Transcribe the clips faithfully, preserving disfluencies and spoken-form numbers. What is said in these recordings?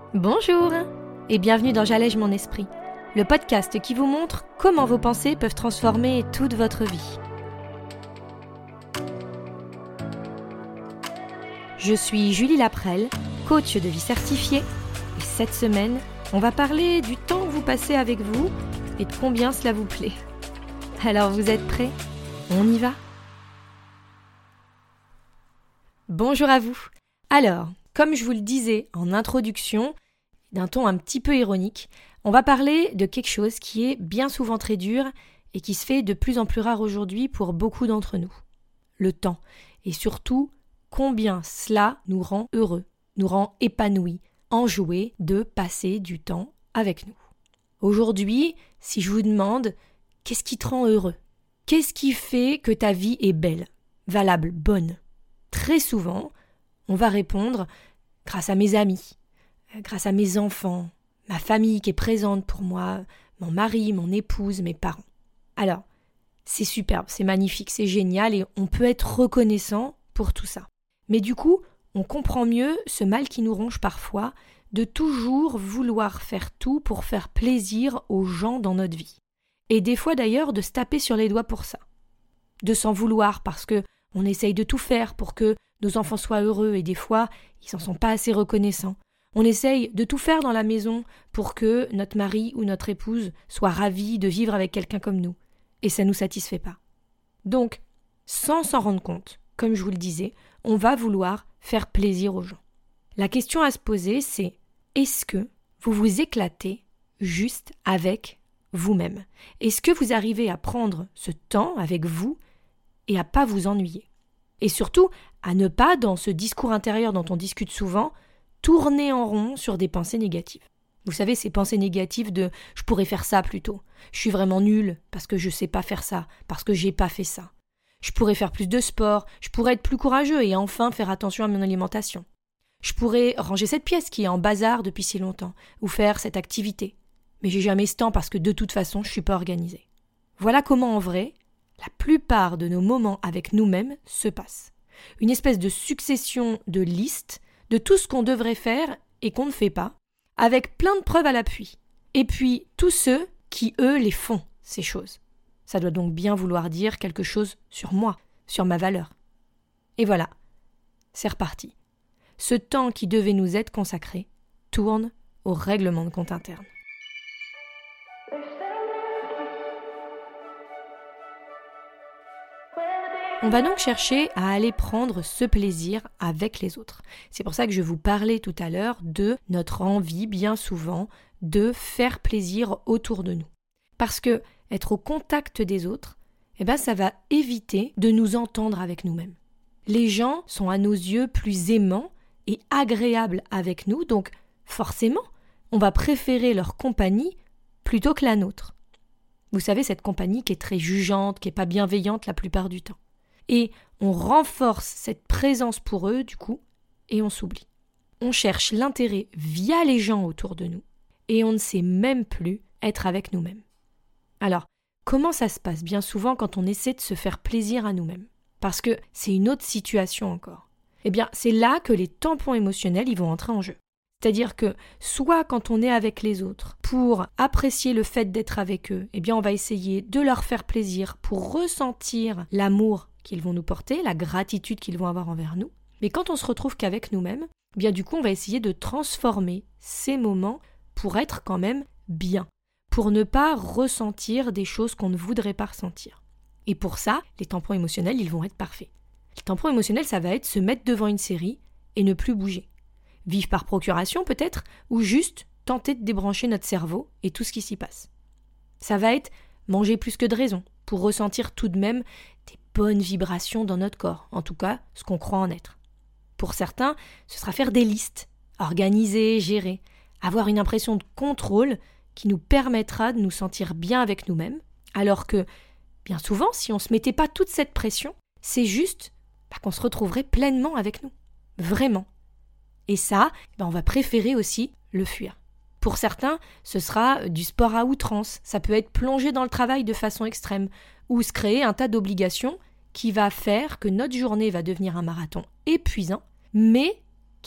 Bonjour et bienvenue dans J'allège mon esprit, le podcast qui vous montre comment vos pensées peuvent transformer toute votre vie. Je suis Julie Laprelle, coach de vie certifiée, et cette semaine, on va parler du temps que vous passez avec vous et de combien cela vous plaît. Alors vous êtes prêts ? On y va ? Bonjour à vous. Alors, comme je vous le disais en introduction, d'un ton un petit peu ironique, on va parler de quelque chose qui est bien souvent très dur et qui se fait de plus en plus rare aujourd'hui pour beaucoup d'entre nous. Le temps. Et surtout, combien cela nous rend heureux, nous rend épanouis, enjoués de passer du temps avec nous. Aujourd'hui, si je vous demande, qu'est-ce qui te rend heureux ? Qu'est-ce qui fait que ta vie est belle, valable, bonne ? Très souvent, on va répondre grâce à mes amis, grâce à mes enfants, ma famille qui est présente pour moi, mon mari, mon épouse, mes parents. Alors, c'est superbe, c'est magnifique, c'est génial et on peut être reconnaissant pour tout ça. Mais du coup, on comprend mieux ce mal qui nous ronge parfois de toujours vouloir faire tout pour faire plaisir aux gens dans notre vie. Et des fois d'ailleurs de se taper sur les doigts pour ça. De s'en vouloir parce que on essaye de tout faire pour que nos enfants soient heureux et des fois, ils n'en sont pas assez reconnaissants. On essaye de tout faire dans la maison pour que notre mari ou notre épouse soit ravi de vivre avec quelqu'un comme nous. Et ça ne nous satisfait pas. Donc, sans s'en rendre compte, comme je vous le disais, on va vouloir faire plaisir aux gens. La question à se poser, c'est est-ce que vous vous éclatez juste avec vous-même ? Est-ce que vous arrivez à prendre ce temps avec vous et à pas vous ennuyer ? Et surtout, à ne pas, dans ce discours intérieur dont on discute souvent, tourner en rond sur des pensées négatives. Vous savez, ces pensées négatives de « je pourrais faire ça plutôt »,« je suis vraiment nulle parce que je sais pas faire ça, parce que j'ai pas fait ça »,« je pourrais faire plus de sport, je pourrais être plus courageux et enfin faire attention à mon alimentation »,« je pourrais ranger cette pièce qui est en bazar depuis si longtemps » ou faire cette activité. Mais j'ai jamais ce temps parce que de toute façon, je suis pas organisée. Voilà comment en vrai, la plupart de nos moments avec nous-mêmes se passent. Une espèce de succession de listes de tout ce qu'on devrait faire et qu'on ne fait pas, avec plein de preuves à l'appui. Et puis, tous ceux qui, eux, les font, ces choses. Ça doit donc bien vouloir dire quelque chose sur moi, sur ma valeur. Et voilà, c'est reparti. Ce temps qui devait nous être consacré tourne au règlement de compte interne. On va donc chercher à aller prendre ce plaisir avec les autres. C'est pour ça que je vous parlais tout à l'heure de notre envie, bien souvent, de faire plaisir autour de nous. Parce que être au contact des autres, eh ben, ça va éviter de nous entendre avec nous-mêmes. Les gens sont à nos yeux plus aimants et agréables avec nous, donc forcément, on va préférer leur compagnie plutôt que la nôtre. Vous savez, cette compagnie qui est très jugeante, qui n'est pas bienveillante la plupart du temps. Et on renforce cette présence pour eux, du coup, et on s'oublie. On cherche l'intérêt via les gens autour de nous, et on ne sait même plus être avec nous-mêmes. Alors, comment ça se passe bien souvent quand on essaie de se faire plaisir à nous-mêmes ? Parce que c'est une autre situation encore. Eh bien, c'est là que les tampons émotionnels ils vont entrer en jeu. C'est-à-dire que soit quand on est avec les autres, pour apprécier le fait d'être avec eux, eh bien on va essayer de leur faire plaisir pour ressentir l'amour qu'ils vont nous porter, la gratitude qu'ils vont avoir envers nous. Mais quand on se retrouve qu'avec nous-mêmes, eh bien du coup on va essayer de transformer ces moments pour être quand même bien, pour ne pas ressentir des choses qu'on ne voudrait pas ressentir. Et pour ça, les tampons émotionnels, ils vont être parfaits. Les tampons émotionnels, ça va être se mettre devant une série et ne plus bouger. Vivre par procuration peut-être, ou juste tenter de débrancher notre cerveau et tout ce qui s'y passe. Ça va être manger plus que de raison, pour ressentir tout de même des bonnes vibrations dans notre corps, en tout cas ce qu'on croit en être. Pour certains, ce sera faire des listes, organiser, gérer, avoir une impression de contrôle qui nous permettra de nous sentir bien avec nous-mêmes, alors que, bien souvent, si on ne se mettait pas toute cette pression, c'est juste bah, qu'on se retrouverait pleinement avec nous, vraiment. Et ça, ben on va préférer aussi le fuir. Pour certains, ce sera du sport à outrance. Ça peut être plonger dans le travail de façon extrême ou se créer un tas d'obligations qui va faire que notre journée va devenir un marathon épuisant, mais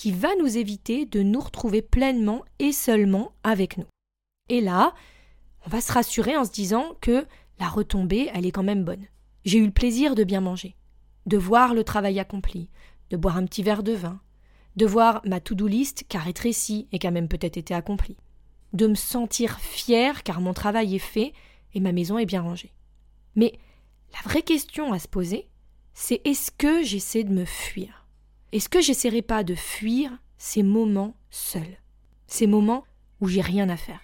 qui va nous éviter de nous retrouver pleinement et seulement avec nous. Et là, on va se rassurer en se disant que la retombée, elle est quand même bonne. J'ai eu le plaisir de bien manger, de voir le travail accompli, de boire un petit verre de vin, de voir ma to-do list qui a rétréci et qui a même peut-être été accomplie, de me sentir fière car mon travail est fait et ma maison est bien rangée. Mais la vraie question à se poser, c'est est-ce que j'essaie de me fuir ? Est-ce que j'essaierai pas de fuir ces moments seuls ? Ces moments où j'ai rien à faire ?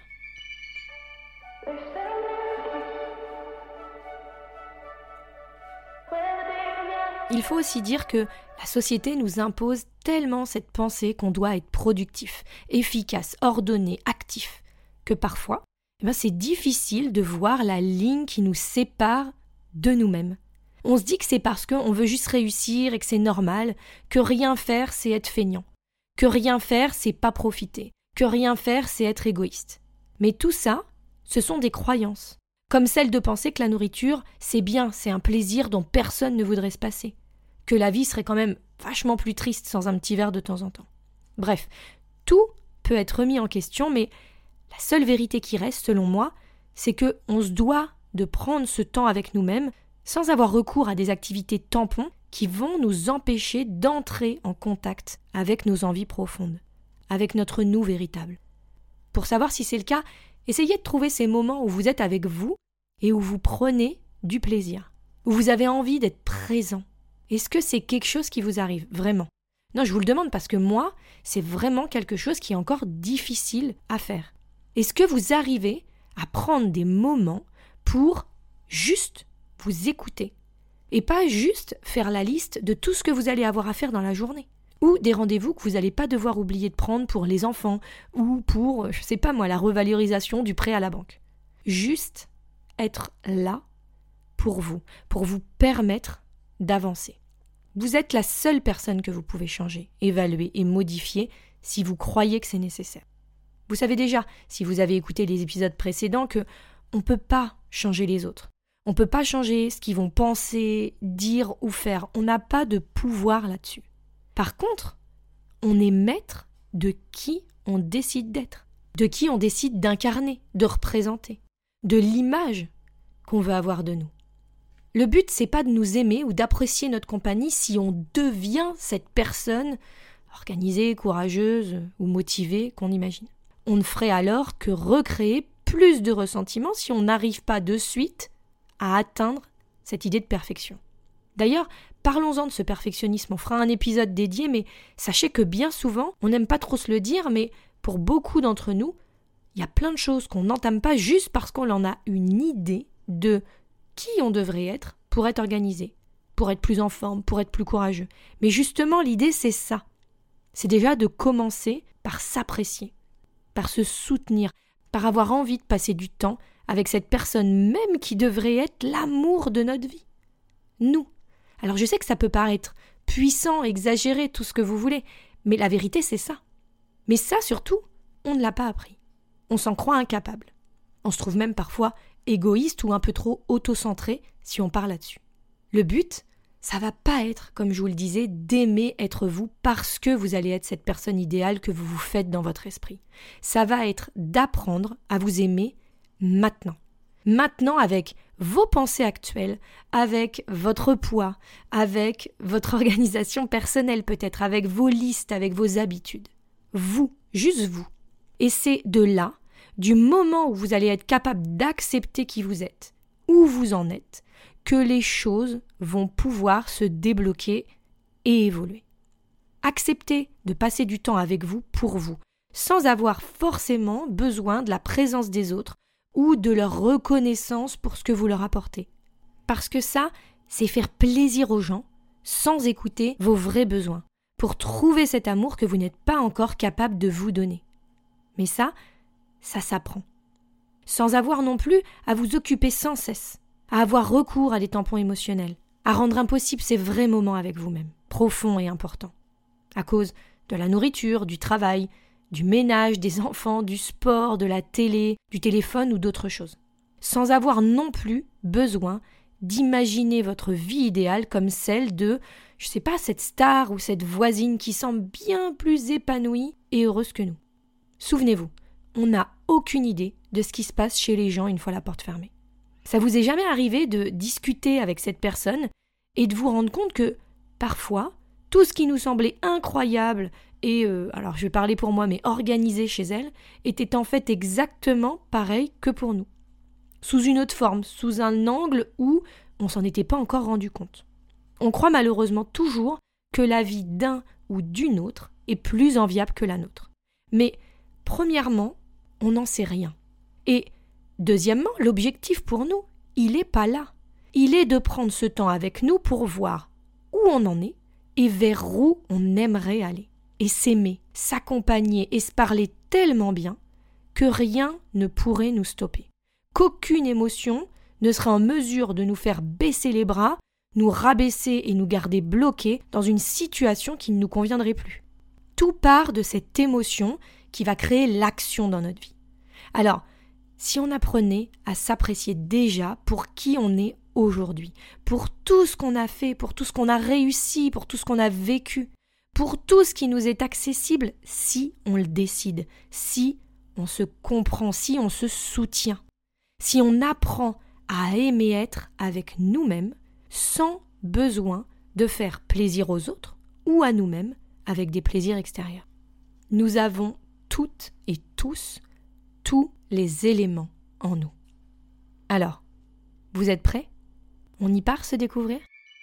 Il faut aussi dire que la société nous impose tellement cette pensée qu'on doit être productif, efficace, ordonné, actif, que parfois, eh ben c'est difficile de voir la ligne qui nous sépare de nous-mêmes. On se dit que c'est parce qu'on veut juste réussir et que c'est normal, que rien faire c'est être feignant, que rien faire c'est pas profiter, que rien faire c'est être égoïste. Mais tout ça, ce sont des croyances. Comme celle de penser que la nourriture, c'est bien, c'est un plaisir dont personne ne voudrait se passer. Que la vie serait quand même vachement plus triste sans un petit verre de temps en temps. Bref, tout peut être remis en question, mais la seule vérité qui reste, selon moi, c'est qu'on se doit de prendre ce temps avec nous-mêmes sans avoir recours à des activités tampons qui vont nous empêcher d'entrer en contact avec nos envies profondes, avec notre nous véritable. Pour savoir si c'est le cas, essayez de trouver ces moments où vous êtes avec vous et où vous prenez du plaisir, où vous avez envie d'être présent. Est-ce que c'est quelque chose qui vous arrive, vraiment ? Non, je vous le demande parce que moi, c'est vraiment quelque chose qui est encore difficile à faire. Est-ce que vous arrivez à prendre des moments pour juste vous écouter et pas juste faire la liste de tout ce que vous allez avoir à faire dans la journée ou des rendez-vous que vous n'allez pas devoir oublier de prendre pour les enfants ou pour, je sais pas moi, la revalorisation du prêt à la banque. Juste être là pour vous, pour vous permettre d'avancer. Vous êtes la seule personne que vous pouvez changer, évaluer et modifier si vous croyez que c'est nécessaire. Vous savez déjà, si vous avez écouté les épisodes précédents, que on ne peut pas changer les autres. On ne peut pas changer ce qu'ils vont penser, dire ou faire. On n'a pas de pouvoir là-dessus. Par contre, on est maître de qui on décide d'être, de qui on décide d'incarner, de représenter, de l'image qu'on veut avoir de nous. Le but, c'est pas de nous aimer ou d'apprécier notre compagnie si on devient cette personne organisée, courageuse ou motivée qu'on imagine. On ne ferait alors que recréer plus de ressentiment si on n'arrive pas de suite à atteindre cette idée de perfection. D'ailleurs, parlons-en de ce perfectionnisme, on fera un épisode dédié, mais sachez que bien souvent, on n'aime pas trop se le dire, mais pour beaucoup d'entre nous, il y a plein de choses qu'on n'entame pas juste parce qu'on en a une idée de qui on devrait être pour être organisé, pour être plus en forme, pour être plus courageux. Mais justement, l'idée, c'est ça. C'est déjà de commencer par s'apprécier, par se soutenir, par avoir envie de passer du temps avec cette personne même qui devrait être l'amour de notre vie. Nous. Alors je sais que ça peut paraître puissant, exagéré, tout ce que vous voulez, mais la vérité, c'est ça. Mais ça, surtout, on ne l'a pas appris. On s'en croit incapable. On se trouve même parfois égoïste ou un peu trop auto-centré si on parle là-dessus. Le but, ça va pas être, comme je vous le disais, d'aimer être vous parce que vous allez être cette personne idéale que vous vous faites dans votre esprit. Ça va être d'apprendre à vous aimer maintenant. Maintenant avec vos pensées actuelles, avec votre poids, avec votre organisation personnelle peut-être, avec vos listes, avec vos habitudes. Vous, juste vous. Et c'est de là, du moment où vous allez être capable d'accepter qui vous êtes, où vous en êtes, que les choses vont pouvoir se débloquer et évoluer. Acceptez de passer du temps avec vous pour vous, sans avoir forcément besoin de la présence des autres ou de leur reconnaissance pour ce que vous leur apportez. Parce que ça, c'est faire plaisir aux gens sans écouter vos vrais besoins, pour trouver cet amour que vous n'êtes pas encore capable de vous donner. Mais ça, ça s'apprend. Sans avoir non plus à vous occuper sans cesse, à avoir recours à des tampons émotionnels, à rendre impossible ces vrais moments avec vous-même, profonds et importants, à cause de la nourriture, du travail, du ménage, des enfants, du sport, de la télé, du téléphone ou d'autres choses. Sans avoir non plus besoin d'imaginer votre vie idéale comme celle de, je sais pas, cette star ou cette voisine qui semble bien plus épanouie et heureuse que nous. Souvenez-vous, on n'a aucune idée de ce qui se passe chez les gens une fois la porte fermée. Ça vous est jamais arrivé de discuter avec cette personne et de vous rendre compte que, parfois, tout ce qui nous semblait incroyable et, euh, alors je vais parler pour moi, mais organisé chez elle, était en fait exactement pareil que pour nous. Sous une autre forme, sous un angle où on s'en était pas encore rendu compte. On croit malheureusement toujours que la vie d'un ou d'une autre est plus enviable que la nôtre. Mais, premièrement, on n'en sait rien. Et, deuxièmement, l'objectif pour nous, il n'est pas là. Il est de prendre ce temps avec nous pour voir où on en est et vers où on aimerait aller. Et s'aimer, s'accompagner et se parler tellement bien que rien ne pourrait nous stopper. Qu'aucune émotion ne sera en mesure de nous faire baisser les bras, nous rabaisser et nous garder bloqués dans une situation qui ne nous conviendrait plus. Tout part de cette émotion qui va créer l'action dans notre vie. Alors, si on apprenait à s'apprécier déjà pour qui on est aujourd'hui, pour tout ce qu'on a fait, pour tout ce qu'on a réussi, pour tout ce qu'on a vécu, pour tout ce qui nous est accessible si on le décide, si on se comprend, si on se soutient, si on apprend à aimer être avec nous-mêmes sans besoin de faire plaisir aux autres ou à nous-mêmes avec des plaisirs extérieurs. Nous avons toutes et tous tous les éléments en nous. Alors, vous êtes prêts ? On y part se découvrir ?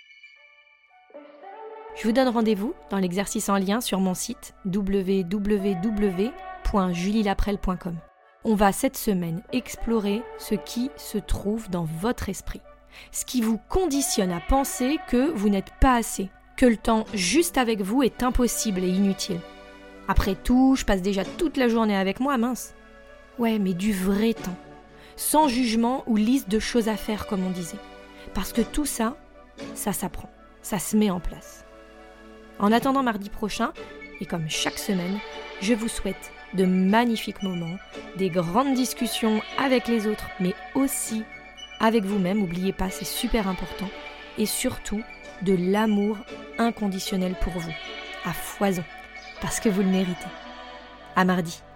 Je vous donne rendez-vous dans l'exercice en lien sur mon site w w w point julie laprelle point com. On va cette semaine explorer ce qui se trouve dans votre esprit, ce qui vous conditionne à penser que vous n'êtes pas assez, que le temps juste avec vous est impossible et inutile. Après tout, je passe déjà toute la journée avec moi, mince. Ouais, mais du vrai temps, sans jugement ou liste de choses à faire comme on disait. Parce que tout ça, ça s'apprend, ça se met en place. En attendant mardi prochain, et comme chaque semaine, je vous souhaite de magnifiques moments, des grandes discussions avec les autres, mais aussi avec vous-même, n'oubliez pas, c'est super important, et surtout de l'amour inconditionnel pour vous, à foison, parce que vous le méritez. À mardi.